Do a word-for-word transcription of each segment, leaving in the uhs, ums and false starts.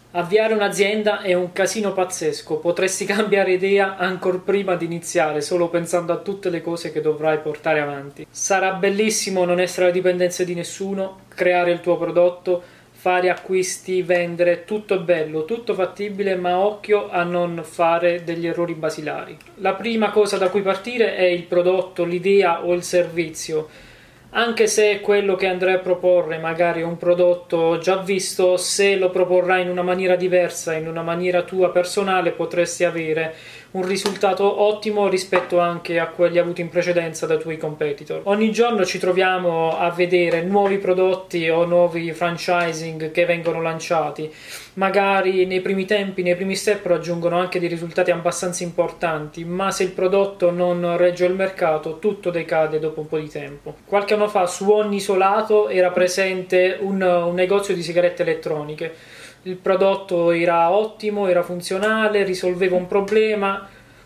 Avviare un'azienda è un casino pazzesco, potresti cambiare idea ancora prima di iniziare, solo pensando a tutte le cose che dovrai portare avanti. Sarà bellissimo non essere alla dipendenza di nessuno, creare il tuo prodotto, fare acquisti, vendere, tutto bello, tutto fattibile, ma occhio a non fare degli errori basilari. La prima cosa da cui partire è il prodotto, l'idea o il servizio. Anche se quello che andrai a proporre magari è un prodotto già visto, se lo proporrai in una maniera diversa, in una maniera tua personale, potresti avere un risultato ottimo rispetto anche a quelli avuti in precedenza dai tuoi competitor. Ogni giorno ci troviamo a vedere nuovi prodotti o nuovi franchising che vengono lanciati. Magari nei primi tempi, nei primi step raggiungono anche dei risultati abbastanza importanti, ma se il prodotto non regge il mercato, tutto decade dopo un po' di tempo. Qualche anno fa su ogni isolato era presente un, un negozio di sigarette elettroniche. Il prodotto era ottimo, era funzionale, risolveva un problema,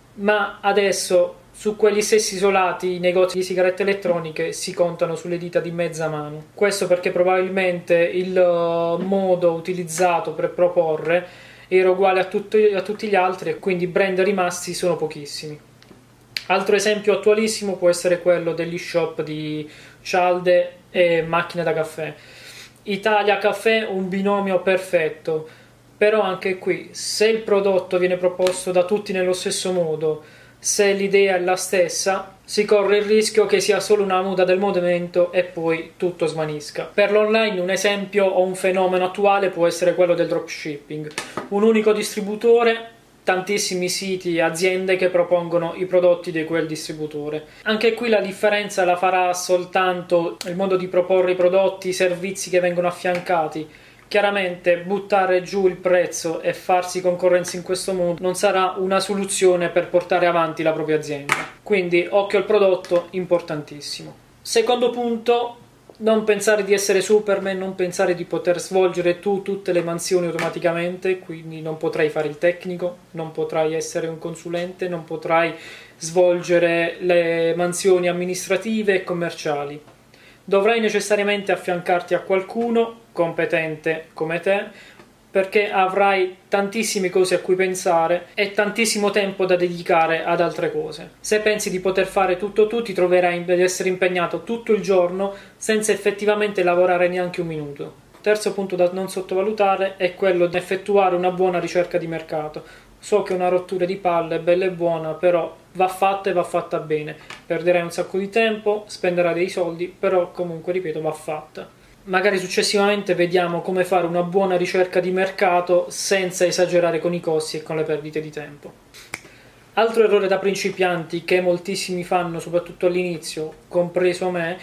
ma adesso su quegli stessi isolati i negozi di sigarette elettroniche si contano sulle dita di mezza mano. Questo perché probabilmente il modo utilizzato per proporre era uguale a, tutti, a tutti gli altri e quindi brand rimasti sono pochissimi. Altro esempio attualissimo può essere quello degli shop di cialde e macchine da caffè. Italia Caffè, un binomio perfetto, però anche qui se il prodotto viene proposto da tutti nello stesso modo, se l'idea è la stessa, si corre il rischio che sia solo una moda del momento e poi tutto svanisca. Per l'online un esempio o un fenomeno attuale può essere quello del dropshipping, un unico distributore, tantissimi siti e aziende che propongono i prodotti di quel distributore. Anche qui la differenza la farà soltanto il modo di proporre i prodotti, i servizi che vengono affiancati. Chiaramente buttare giù il prezzo e farsi concorrenza in questo modo non sarà una soluzione per portare avanti la propria azienda. Quindi occhio al prodotto, importantissimo. Secondo punto, non pensare di essere Superman, non pensare di poter svolgere tu tutte le mansioni automaticamente, quindi non potrai fare il tecnico, non potrai essere un consulente, non potrai svolgere le mansioni amministrative e commerciali. Dovrai necessariamente affiancarti a qualcuno competente come te, perché avrai tantissime cose a cui pensare e tantissimo tempo da dedicare ad altre cose. Se pensi di poter fare tutto tu, ti troverai ad essere impegnato tutto il giorno senza effettivamente lavorare neanche un minuto. Terzo punto da non sottovalutare è quello di effettuare una buona ricerca di mercato. So che una rottura di palle è bella e buona, però va fatta e va fatta bene. Perderai un sacco di tempo, spenderai dei soldi, però comunque, ripeto, va fatta. Magari successivamente vediamo come fare una buona ricerca di mercato senza esagerare con i costi e con le perdite di tempo. Altro errore da principianti che moltissimi fanno, soprattutto all'inizio, compreso me,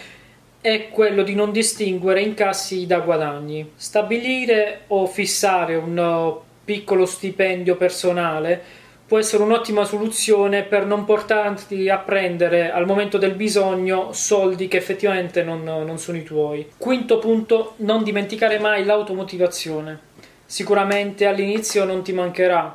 è quello di non distinguere incassi da guadagni. Stabilire o fissare un piccolo stipendio personale può essere un'ottima soluzione per non portarti a prendere al momento del bisogno soldi che effettivamente non, non sono i tuoi. Quinto punto, non dimenticare mai l'automotivazione. Sicuramente all'inizio non ti mancherà,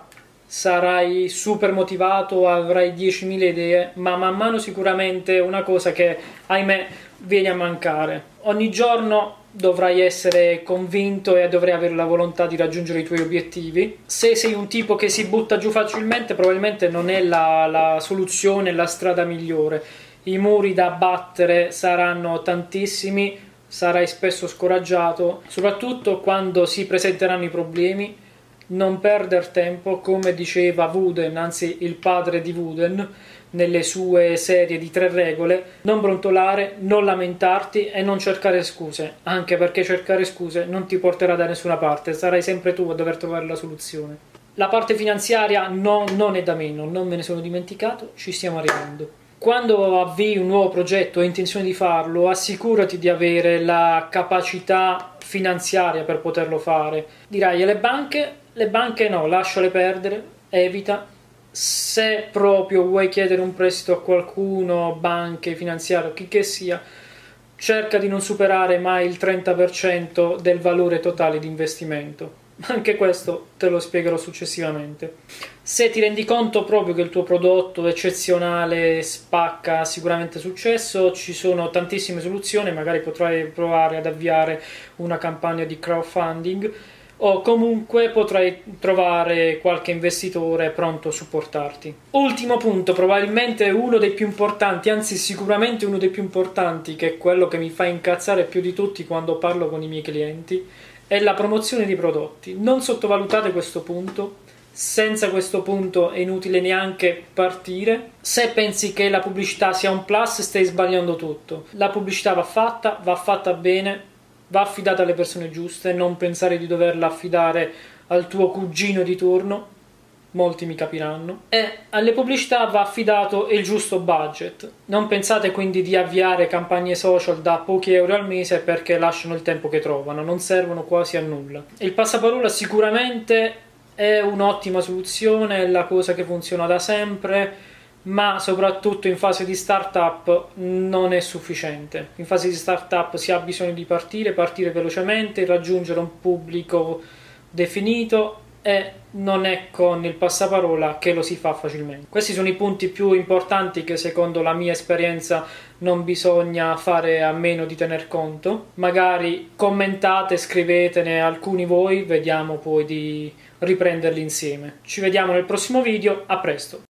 sarai super motivato, avrai diecimila idee, ma man mano sicuramente è una cosa che, ahimè, viene a mancare. Ogni giorno dovrai essere convinto e dovrai avere la volontà di raggiungere i tuoi obiettivi. Se sei un tipo che si butta giù facilmente, probabilmente non è la, la soluzione, la strada migliore. I muri da abbattere saranno tantissimi, sarai spesso scoraggiato, soprattutto quando si presenteranno i problemi. Non perdere tempo, come diceva Wooden, anzi il padre di Wooden, nelle sue serie di tre regole: non brontolare, non lamentarti e non cercare scuse, anche perché cercare scuse non ti porterà da nessuna parte, sarai sempre tu a dover trovare la soluzione. La parte finanziaria no, non è da meno, non me ne sono dimenticato, ci stiamo arrivando. Quando avvii un nuovo progetto e hai intenzione di farlo, assicurati di avere la capacità finanziaria per poterlo fare. Dirai, e le banche? Le banche no, lasciale perdere, evita. Se proprio vuoi chiedere un prestito a qualcuno, banche, finanziario, chi che sia, cerca di non superare mai il trenta per cento del valore totale di investimento. Anche questo te lo spiegherò successivamente. Se ti rendi conto proprio che il tuo prodotto eccezionale spacca sicuramente successo, ci sono tantissime soluzioni, magari potrai provare ad avviare una campagna di crowdfunding. o comunque potrai trovare qualche investitore pronto a supportarti. Ultimo punto, probabilmente uno dei più importanti, anzi sicuramente uno dei più importanti, che è quello che mi fa incazzare più di tutti quando parlo con i miei clienti, è la promozione di prodotti. Non sottovalutate questo punto. Senza questo punto è inutile neanche partire. Se pensi che la pubblicità sia un plus, stai sbagliando tutto. La pubblicità va fatta, va fatta bene, va affidata alle persone giuste, non pensare di doverla affidare al tuo cugino di turno, molti mi capiranno, e alle pubblicità va affidato il giusto budget. Non pensate quindi di avviare campagne social da pochi euro al mese perché lasciano il tempo che trovano, non servono quasi a nulla. Il passaparola sicuramente è un'ottima soluzione, è la cosa che funziona da sempre, ma soprattutto in fase di startup non è sufficiente. In fase di startup si ha bisogno di partire, partire velocemente, raggiungere un pubblico definito, e non è con il passaparola che lo si fa facilmente. Questi sono i punti più importanti che secondo la mia esperienza non bisogna fare a meno di tener conto. Magari commentate, scrivetene alcuni voi, vediamo poi di riprenderli insieme. Ci vediamo nel prossimo video, a presto!